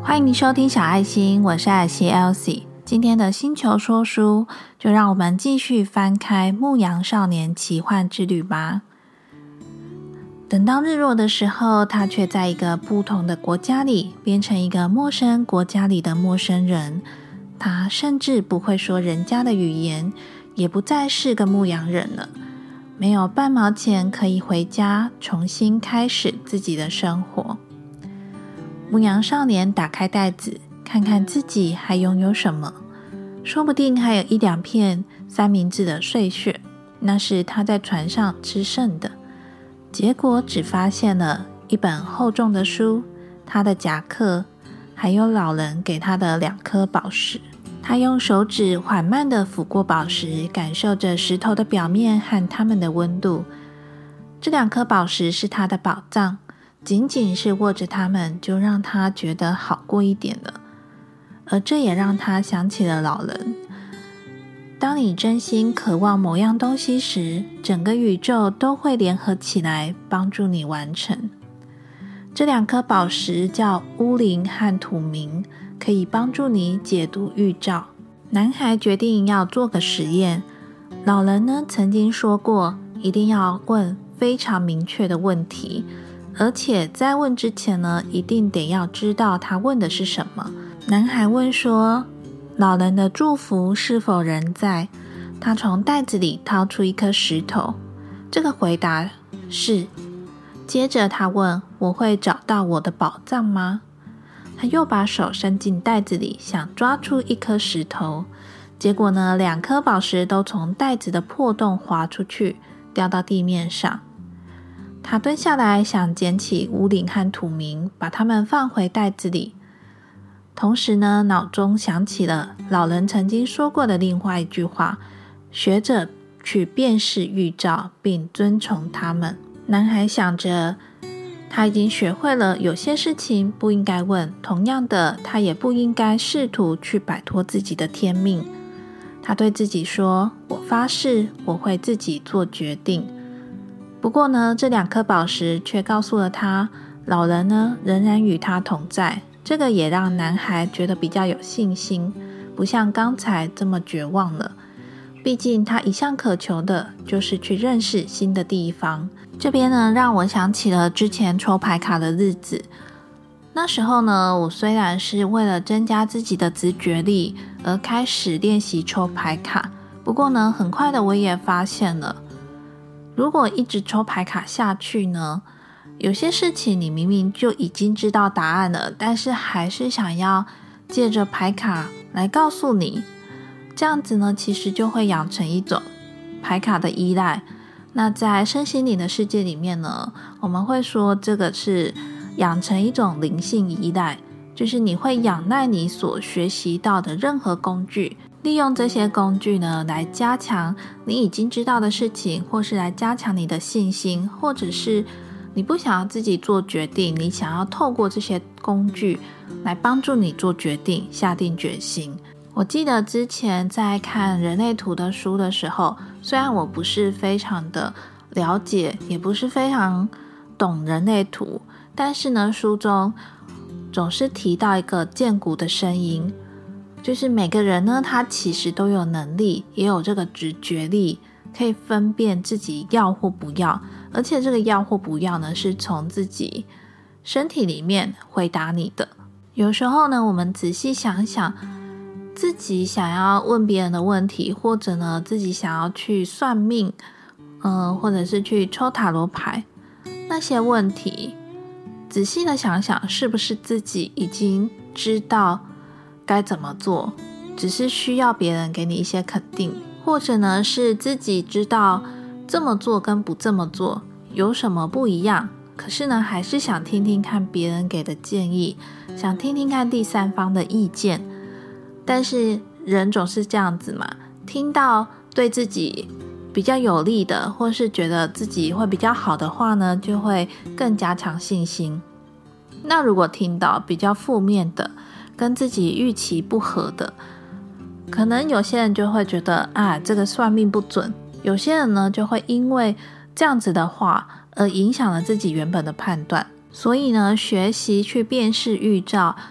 欢迎收听小爱心，我是艾希 Elsie。今天的星球说书，就让我们继续翻开《牧羊少年奇幻之旅》吧。等到日落的时候，他却在一个不同的国家里，变成一个陌生国家里的陌生人。他甚至不会说人家的语言，也不再是个牧羊人了。没有半毛钱可以回家，重新开始自己的生活。牧羊少年打开袋子，看看自己还拥有什么，说不定还有1-2片三明治的碎屑，那是他在船上吃剩的。结果只发现了一本厚重的书，他的夹克，还有老人给他的2颗宝石。他用手指缓慢地抚过宝石，感受着石头的表面和它们的温度。这2颗宝石是他的宝藏，仅仅是握着它们，就让他觉得好过一点了。而这也让他想起了老人。当你真心渴望某样东西时，整个宇宙都会联合起来帮助你完成。这2颗宝石叫巫灵和土冥，可以帮助你解读预兆。男孩决定要做个实验。老人呢曾经说过，一定要问非常明确的问题，而且在问之前呢，一定得要知道他问的是什么。男孩问说，老人的祝福是否仍在？他从袋子里掏出1颗石头，这个回答是。接着他问，我会找到我的宝藏吗？他又把手伸进袋子里，想抓出1颗石头，结果呢，2颗宝石都从袋子的破洞滑出去，掉到地面上。他蹲下来想捡起巫灵和土冥，把它们放回袋子里。同时呢，脑中想起了老人曾经说过的另外一句话，学着去辨识预兆并遵从它们。男孩想着，他已经学会了有些事情不应该问，同样的，他也不应该试图去摆脱自己的天命。他对自己说，我发誓我会自己做决定。不过呢，这2颗宝石却告诉了他，老人呢仍然与他同在。这个也让男孩觉得比较有信心，不像刚才这么绝望了。毕竟他一向渴求的就是去认识新的地方。这边呢，让我想起了之前抽牌卡的日子。那时候呢，我虽然是为了增加自己的直觉力而开始练习抽牌卡，不过呢，很快的我也发现了，如果一直抽牌卡下去呢，有些事情你明明就已经知道答案了，但是还是想要借着牌卡来告诉你，这样子呢，其实就会养成一种牌卡的依赖。那在身心灵的世界里面呢，我们会说这个是养成一种灵性依赖，就是你会仰赖你所学习到的任何工具，利用这些工具呢来加强你已经知道的事情，或是来加强你的信心，或者是你不想要自己做决定，你想要透过这些工具来帮助你做决定，下定决心。我记得之前在看人类图的书的时候，虽然我不是非常的了解，也不是非常懂人类图，但是呢，书中总是提到一个剑骨的声音，就是每个人呢，他其实都有能力，也有这个直觉力，可以分辨自己要或不要，而且这个要或不要呢，是从自己身体里面回答你的。有时候呢，我们仔细想想，自己想要问别人的问题，或者呢自己想要去算命，或者是去抽塔罗牌，那些问题仔细的想想，是不是自己已经知道该怎么做，只是需要别人给你一些肯定，或者呢是自己知道这么做跟不这么做有什么不一样，可是呢还是想听听看别人给的建议，想听听看第三方的意见。但是人总是这样子嘛，听到对自己比较有利的，或是觉得自己会比较好的话呢，就会更加强信心。那如果听到比较负面的，跟自己预期不合的，可能有些人就会觉得这个算命不准，有些人呢就会因为这样子的话而影响了自己原本的判断。所以呢，学习去辨识预兆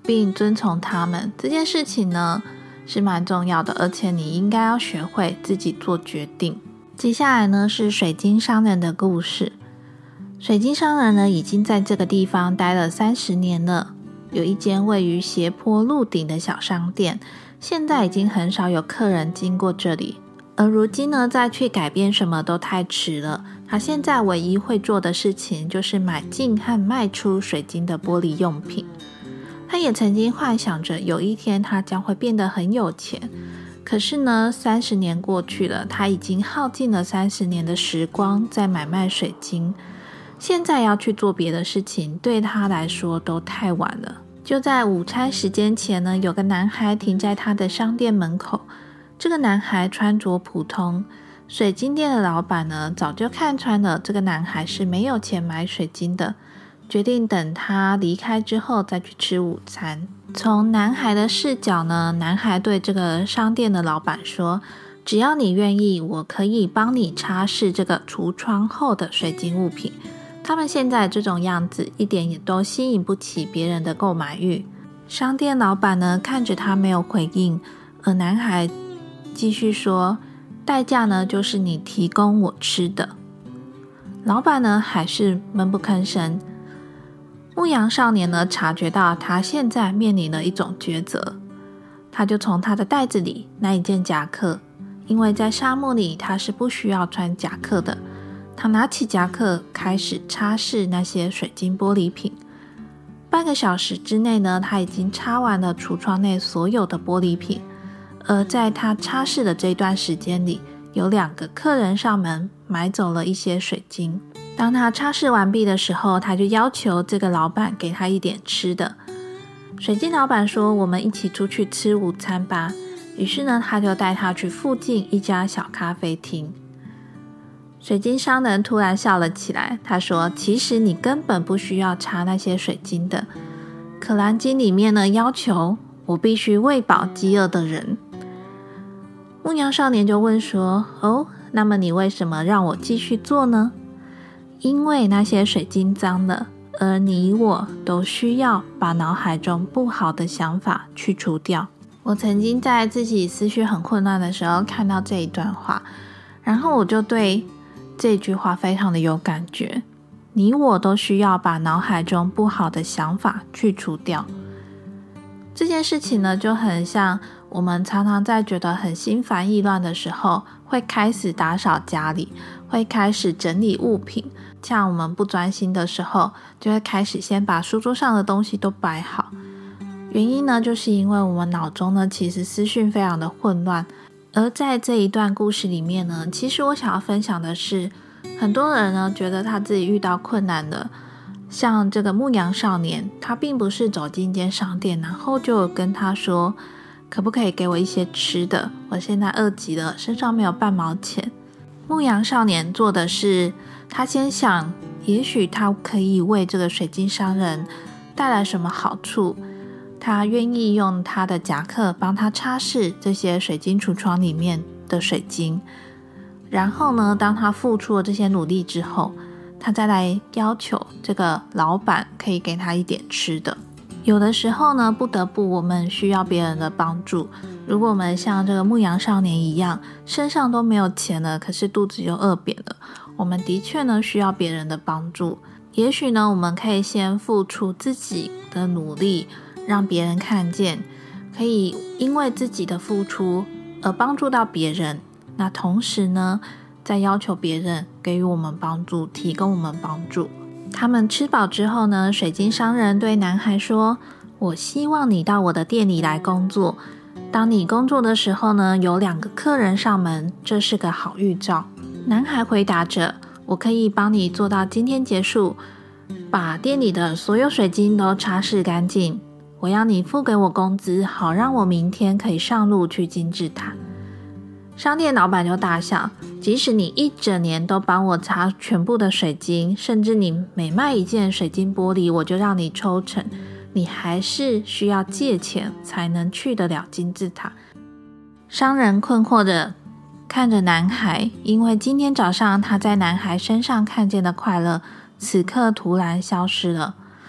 并遵从他们。这件事情呢是蛮重要的，而且你应该要学会自己做决定。接下来呢是水晶商人的故事。水晶商人呢已经在这个地方待了30年了，有一间位于斜坡路顶的小商店，现在已经很少有客人经过这里。而如今呢，再去改变什么都太迟了。他现在唯一会做的事情就是买进和卖出水晶的玻璃用品。他也曾经幻想着有一天他将会变得很有钱，可是呢，30年过去了，他已经耗尽了30年的时光在买卖水晶。现在要去做别的事情，对他来说都太晚了。就在午餐时间前呢，有个男孩停在他的商店门口。这个男孩穿着普通，水晶店的老板呢，早就看穿了这个男孩是没有钱买水晶的，决定等他离开之后再去吃午餐。从男孩的视角呢，男孩对这个商店的老板说，只要你愿意，我可以帮你擦拭这个橱窗后的水晶物品。他们现在这种样子一点也都吸引不起别人的购买欲。商店老板呢看着他没有回应，而男孩继续说，代价呢就是你提供我吃的。老板呢还是闷不吭声。牧羊少年呢察觉到他现在面临了一种抉择，他就从他的袋子里拿一件夹克，因为在沙漠里他是不需要穿夹克的。他拿起夹克开始擦拭那些水晶玻璃品。半个小时之内呢，他已经擦完了橱窗内所有的玻璃品。而在他擦拭的这段时间里，有2个客人上门买走了一些水晶。当他擦拭完毕的时候，他就要求这个老板给他一点吃的。水晶老板说，我们一起出去吃午餐吧。于是呢，他就带他去附近一家小咖啡厅。水晶商人突然笑了起来，他说，其实你根本不需要擦那些水晶的。可兰经里面呢要求我必须喂饱饥饿的人。牧羊少年就问说，那么你为什么让我继续做呢？因为那些水晶脏了，而你我都需要把脑海中不好的想法去除掉。我曾经在自己思绪很混乱的时候看到这一段话，然后我就对这句话非常的有感觉。你我都需要把脑海中不好的想法去除掉。这件事情呢，就很像我们常常在觉得很心烦意乱的时候，会开始打扫家里，会开始整理物品。像我们不专心的时候，就会开始先把书桌上的东西都摆好。原因呢，就是因为我们脑中呢，其实思绪非常的混乱。而在这一段故事里面呢，其实我想要分享的是，很多人呢觉得他自己遇到困难了。像这个牧羊少年，他并不是走进一间商店，然后就跟他说，可不可以给我一些吃的？我现在饿极了，身上没有半毛钱。牧羊少年做的是，他先想，也许他可以为这个水晶商人带来什么好处。他愿意用他的夹克帮他擦拭这些水晶橱窗里面的水晶。然后呢，当他付出了这些努力之后，他再来要求这个老板可以给他一点吃的。有的时候呢，不得不我们需要别人的帮助。如果我们像这个牧羊少年一样，身上都没有钱了，可是肚子又饿扁了，我们的确呢需要别人的帮助。也许呢，我们可以先付出自己的努力，让别人看见，可以因为自己的付出而帮助到别人。那同时呢，再要求别人给予我们帮助，提供我们帮助。他们吃饱之后呢，水晶商人对男孩说，我希望你到我的店里来工作。当你工作的时候呢，有2个客人上门，这是个好预兆。男孩回答着，我可以帮你做到今天结束，把店里的所有水晶都擦拭干净。我要你付给我工资，好让我明天可以上路去金字塔。商店老板就大笑，即使你1整年都帮我擦全部的水晶，甚至你每卖一件水晶玻璃我就让你抽成，你还是需要借钱才能去得了金字塔。商人困惑着看着男孩，因为今天早上他在男孩身上看见的快乐，此刻突然消失了。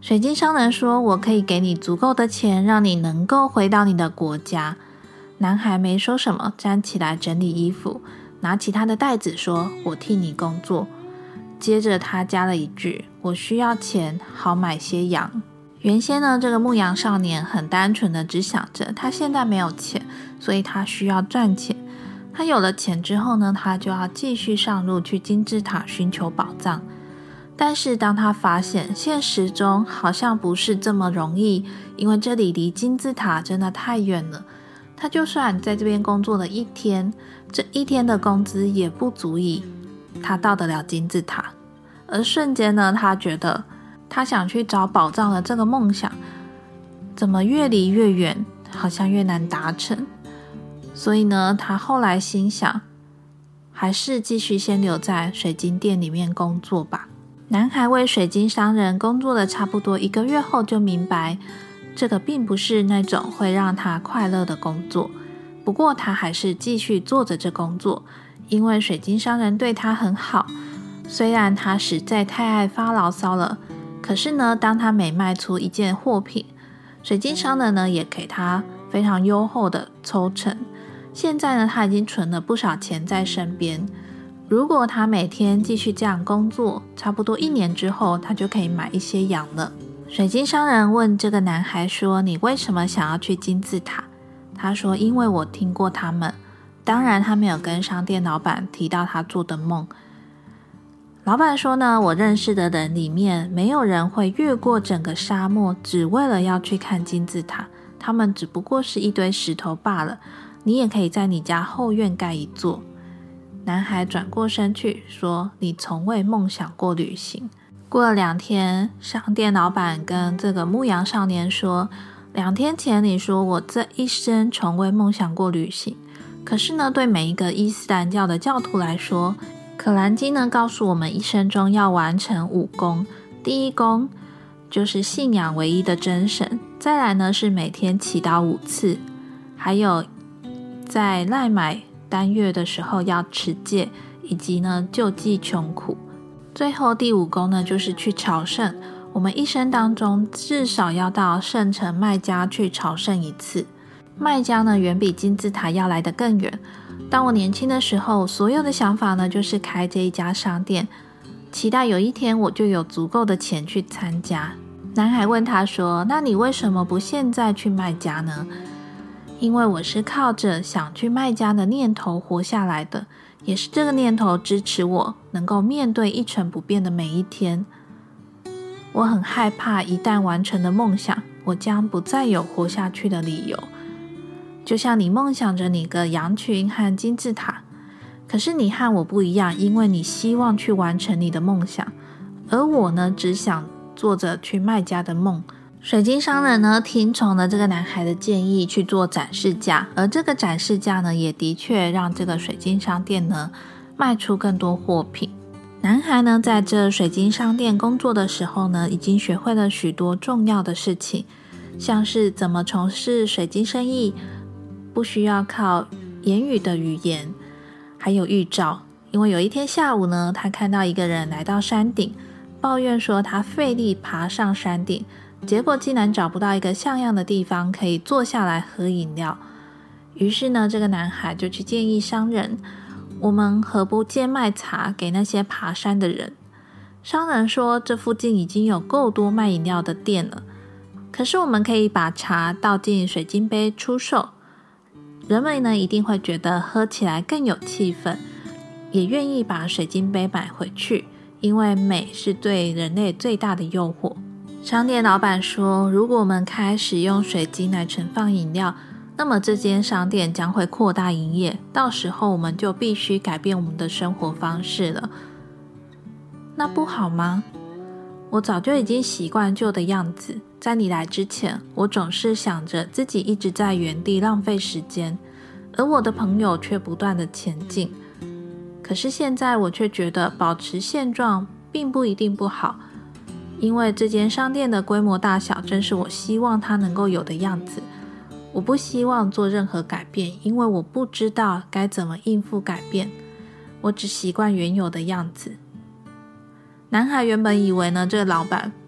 水晶商人说，我可以给你足够的钱，让你能够回到你的国家。男孩没说什么，站起来整理衣服，拿起他的袋子说，我替你工作。接着他加了一句，我需要钱，好买些羊。原先呢，这个牧羊少年很单纯的只想着他现在没有钱，所以他需要赚钱。他有了钱之后呢，他就要继续上路去金字塔寻求宝藏。但是当他发现现实中好像不是这么容易，因为这里离金字塔真的太远了。他就算在这边工作了一天，这一天的工资也不足以他到得了金字塔。而瞬间呢，他觉得他想去找宝藏的这个梦想怎么越离越远，好像越难达成。所以呢，他后来心想，还是继续先留在水晶店里面工作吧。男孩为水晶商人工作了差不多1个月后，就明白这个并不是那种会让他快乐的工作。不过他还是继续做着这工作，因为水晶商人对他很好。虽然他实在太爱发牢骚了，可是呢，当他每卖出一件货品，水晶商人呢也给他非常优厚的抽成。现在呢，他已经存了不少钱在身边。如果他每天继续这样工作，差不多1年之后，他就可以买一些羊了。水晶商人问这个男孩说，你为什么想要去金字塔？他说，因为我听过他们。当然他没有跟商店老板提到他做的梦。老板说呢，我认识的人里面没有人会越过整个沙漠只为了要去看金字塔，他们只不过是一堆石头罢了，你也可以在你家后院盖一座。男孩转过身去说，你从未梦想过旅行。过了2天，商店老板跟这个牧羊少年说，2天前你说我这一生从未梦想过旅行，可是呢，对每一个伊斯兰教的教徒来说，可兰经呢告诉我们一生中要完成5功。第一功就是信仰唯一的真神，再来呢是每天祈祷5次，还有在赖买单月的时候要持戒，以及呢救济穷苦。最后第5功呢就是去朝圣，我们一生当中至少要到圣城麦加去朝圣1次。麦加呢远比金字塔要来得更远。当我年轻的时候，所有的想法呢就是开这一家商店，期待有一天我就有足够的钱去参加。男孩问他说，那你为什么不现在去麦加呢？因为我是靠着想去麦加的念头活下来的，也是这个念头支持我能够面对一成不变的每一天。我很害怕一旦完成了梦想，我将不再有活下去的理由。就像你梦想着你的羊群和金字塔，可是你和我不一样，因为你希望去完成你的梦想，而我呢，只想做着去麦加的梦。水晶商人呢，听从了这个男孩的建议去做展示架，而这个展示架呢，也的确让这个水晶商店呢卖出更多货品。男孩呢，在这水晶商店工作的时候呢，已经学会了许多重要的事情，像是怎么从事水晶生意，不需要靠言语的语言，还有预兆。因为有一天下午呢，他看到一个人来到山顶，抱怨说他费力爬上山顶，结果竟然找不到一个像样的地方可以坐下来喝饮料。于是呢，这个男孩就去建议商人，我们何不贱卖茶给那些爬山的人？商人说，这附近已经有够多卖饮料的店了，可是我们可以把茶倒进水晶杯出售，人们呢一定会觉得喝起来更有气氛，也愿意把水晶杯买回去，因为美是对人类最大的诱惑。商店老板说，如果我们开始用水晶来盛放饮料，那么这间商店将会扩大营业，到时候我们就必须改变我们的生活方式了。那不好吗？我早就已经习惯旧的样子，在你来之前，我总是想着自己一直在原地浪费时间，而我的朋友却不断的前进。可是现在我却觉得保持现状并不一定不好，因为这间商店的规模大小正是我希望它能够有的样子。我不希望做任何改变，因为我不知道该怎么应付改变，我只习惯原有的样子。男孩原本以为呢，这个老板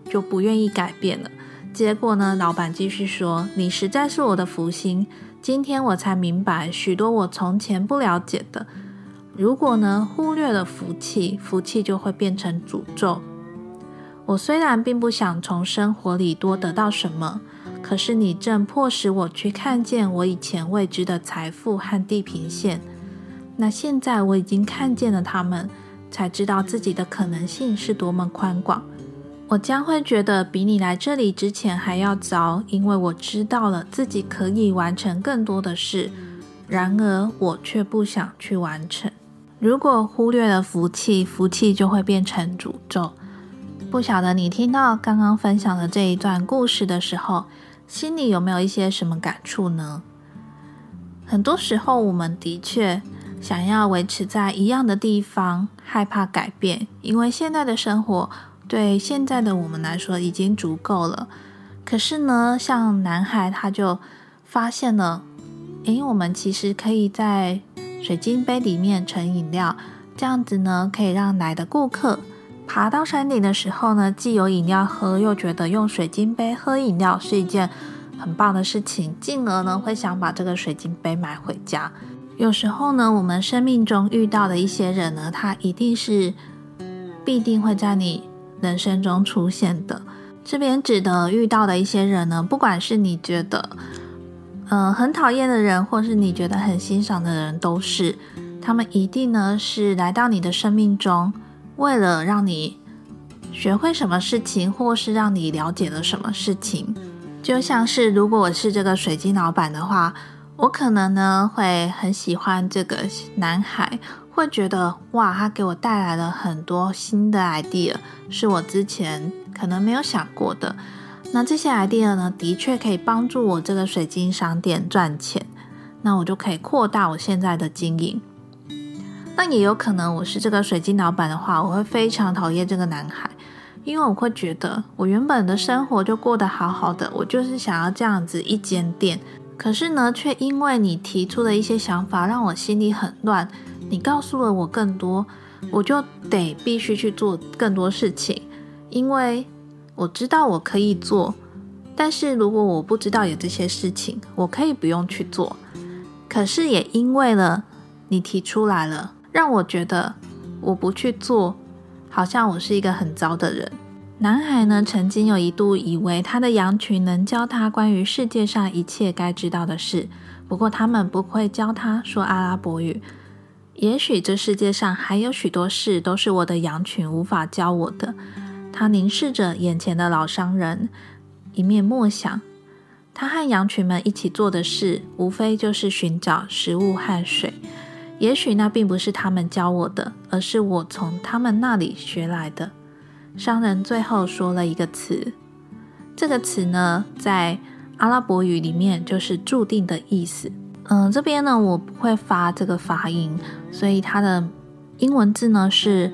就不愿意改变了。结果呢，老板继续说，你实在是我的福星，今天我才明白许多我从前不了解的。如果呢忽略了福气，福气就会变成诅咒。我虽然并不想从生活里多得到什么，可是你正迫使我去看见我以前未知的财富和地平线。那现在我已经看见了它们，才知道自己的可能性是多么宽广。我将会觉得比你来这里之前还要糟，因为我知道了自己可以完成更多的事，然而我却不想去完成。如果忽略了福气，福气就会变成诅咒。不晓得你听到刚刚分享的这一段故事的时候，心里有没有一些什么感触呢？很多时候我们的确想要维持在一样的地方，害怕改变，因为现在的生活对现在的我们来说已经足够了。可是呢，像男孩他就发现了，我们其实可以在水晶杯里面盛饮料，这样子呢可以让来的顾客爬到山顶的时候呢，既有饮料喝，又觉得用水晶杯喝饮料是一件很棒的事情，进而呢会想把这个水晶杯买回家。有时候呢，我们生命中遇到的一些人呢，他必定会在你人生中出现的。这边指的遇到的一些人呢，不管是你觉得很讨厌的人，或是你觉得很欣赏的人，都是他们一定呢是来到你的生命中，为了让你学会什么事情，或是让你了解了什么事情。就像是如果我是这个水晶老板的话，我可能呢会很喜欢这个男孩，会觉得哇，他给我带来了很多新的 idea， 是我之前可能没有想过的。那这些 idea 呢，的确可以帮助我这个水晶商店赚钱，那我就可以扩大我现在的经营。那也有可能我是这个水晶老板的话，我会非常讨厌这个男孩，因为我会觉得我原本的生活就过得好好的，我就是想要这样子一间店，可是呢却因为你提出的一些想法让我心里很乱，你告诉了我更多，我就必须去做更多事情，因为我知道我可以做，但是如果我不知道有这些事情，我可以不用去做。可是也因为了你提出来了，让我觉得我不去做，好像我是一个很糟的人。男孩呢，曾经有一度以为他的羊群能教他关于世界上一切该知道的事，不过他们不会教他说阿拉伯语。也许这世界上还有许多事都是我的羊群无法教我的。他凝视着眼前的老商人，一面默想，他和羊群们一起做的事，无非就是寻找食物和水。也许那并不是他们教我的，而是我从他们那里学来的。商人最后说了一个词，这个词呢，在阿拉伯语里面就是注定的意思。这边呢我不会发这个发音，所以它的英文字呢是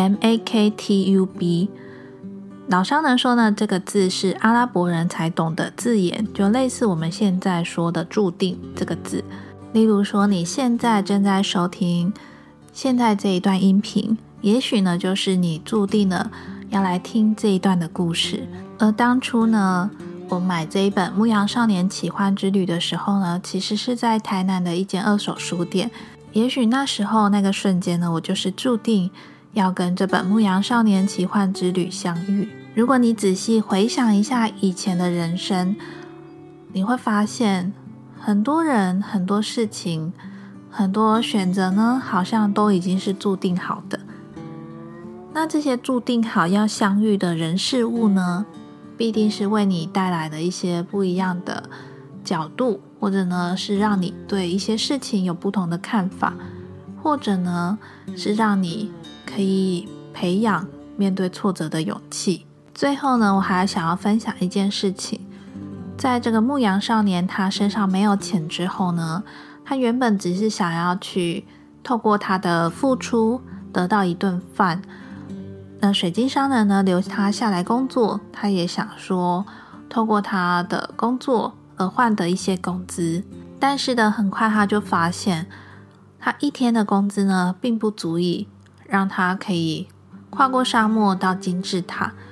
MAKTUB。老商人说呢，这个字是阿拉伯人才懂的字眼，就类似我们现在说的注定这个字。例如说，你现在正在收听现在这一段音频，也许呢就是你注定了要来听这一段的故事。而当初呢，我买这一本《牧羊少年奇幻之旅》的时候呢，其实是在台南的一间二手书店。也许那时候那个瞬间呢，我就是注定要跟这本《牧羊少年奇幻之旅》相遇。如果你仔细回想一下以前的人生，你会发现很多人、很多事情、很多选择呢，好像都已经是注定好的。那这些注定好要相遇的人事物呢，必定是为你带来的一些不一样的角度，或者呢是让你对一些事情有不同的看法，或者呢是让你可以培养面对挫折的勇气。最后呢，我还想要分享一件事情，在这个牧羊少年他身上没有钱之后呢，他原本只是想要去透过他的付出得到一顿饭。那水晶商人呢留他下来工作，他也想说透过他的工作而换得一些工资。但是呢，很快他就发现他一天的工资呢并不足以让他可以跨过沙漠到金字塔。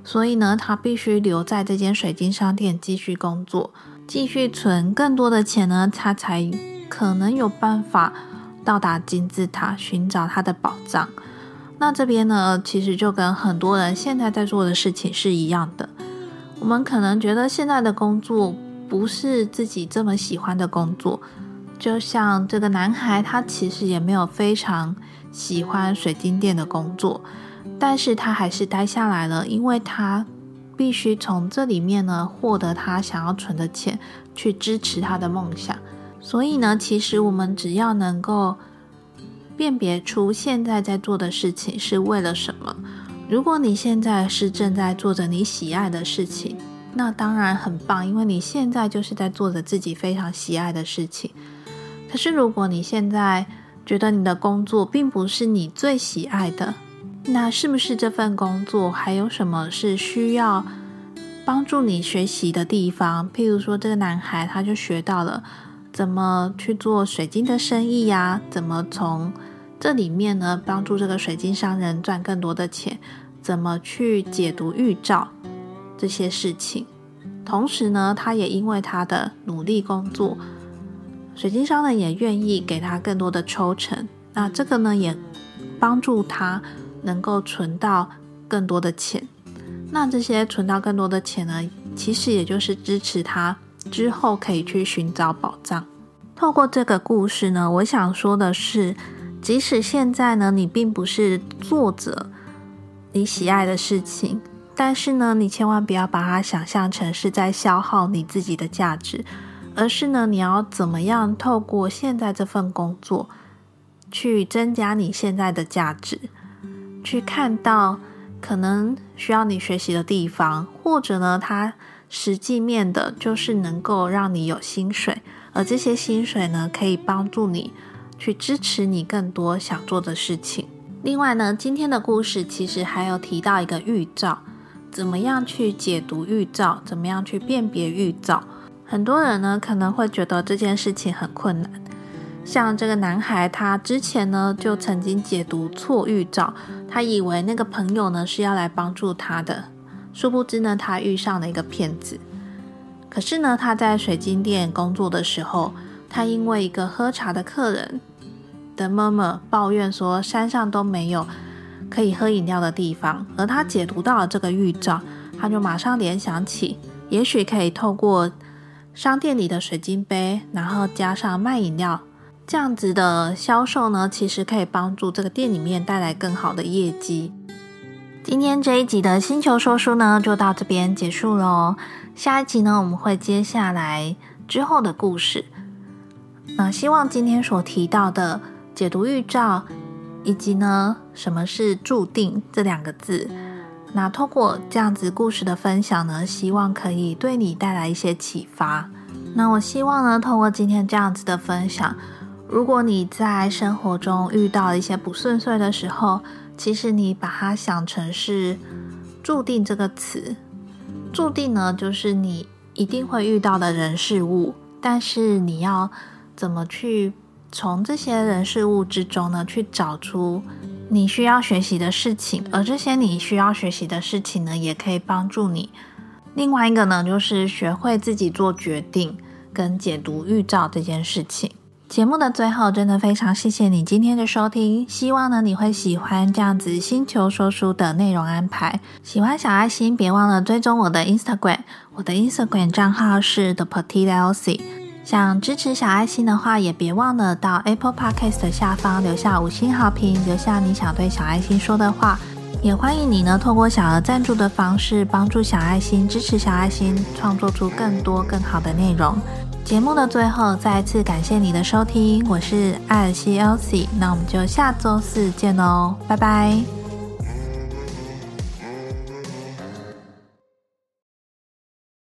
所以呢，他必须留在这间水晶商店继续工作，继续存更多的钱呢，他才可能有办法到达金字塔，寻找他的宝藏。那这边呢，其实就跟很多人现在在做的事情是一样的。我们可能觉得现在的工作不是自己这么喜欢的工作，就像这个男孩，他其实也没有非常喜欢水晶店的工作，但是他还是待下来了，因为他必须从这里面呢获得他想要存的钱，去支持他的梦想。所以呢，其实我们只要能够辨别出现在在做的事情是为了什么。如果你现在是正在做着你喜爱的事情，那当然很棒，因为你现在就是在做着自己非常喜爱的事情。可是如果你现在觉得你的工作并不是你最喜爱的，那是不是这份工作还有什么是需要帮助你学习的地方？譬如说这个男孩他就学到了怎么去做水晶的生意呀，怎么从这里面呢帮助这个水晶商人赚更多的钱，怎么去解读预兆这些事情。同时呢，他也因为他的努力工作，水晶商人也愿意给他更多的抽成，那这个呢也帮助他能够存到更多的钱。那这些存到更多的钱呢，其实也就是支持他之后可以去寻找宝藏。透过这个故事呢，我想说的是，即使现在呢你并不是做着你喜爱的事情，但是呢你千万不要把它想象成是在消耗你自己的价值，而是呢你要怎么样透过现在这份工作去增加你现在的价值，去看到可能需要你学习的地方，或者呢它实际面的就是能够让你有薪水，而这些薪水呢可以帮助你去支持你更多想做的事情。另外呢，今天的故事其实还有提到一个预兆，怎么样去解读预兆，怎么样去辨别预兆。很多人呢可能会觉得这件事情很困难，像这个男孩他之前呢就曾经解读错预兆，他以为那个朋友呢是要来帮助他的，殊不知呢他遇上了一个骗子。可是呢他在水晶店工作的时候，他因为一个喝茶的客人的抱怨说山上都没有可以喝饮料的地方，而他解读到了这个预兆，他就马上联想起也许可以透过商店里的水晶杯，然后加上卖饮料，这样子的销售呢其实可以帮助这个店里面带来更好的业绩。今天这一集的星球说书呢就到这边结束咯。下一集呢我们会接下来之后的故事。那希望今天所提到的解读预兆，以及呢什么是注定这两个字，那透过这样子故事的分享呢，希望可以对你带来一些启发。那我希望呢透过今天这样子的分享，如果你在生活中遇到一些不顺遂的时候，其实你把它想成是注定这个词。注定呢就是你一定会遇到的人事物，但是你要怎么去从这些人事物之中呢去找出你需要学习的事情，而这些你需要学习的事情呢也可以帮助你。另外一个呢就是学会自己做决定跟解读预兆这件事情。节目的最后，真的非常谢谢你今天的收听，希望呢你会喜欢这样子星球说书的内容安排。喜欢小爱心别忘了追踪我的 Instagram， 我的 Instagram 账号是 The Petite Elsie。想支持小爱心的话，也别忘了到 Apple Podcast 的下方留下5星好评，留下你想对小爱心说的话。也欢迎你呢透过小额赞助的方式帮助小爱心，支持小爱心创作出更多更好的内容。节目的最后，再一次感谢你的收听，我是艾尔西 Elsie， 那我们就下周四见咯，拜拜。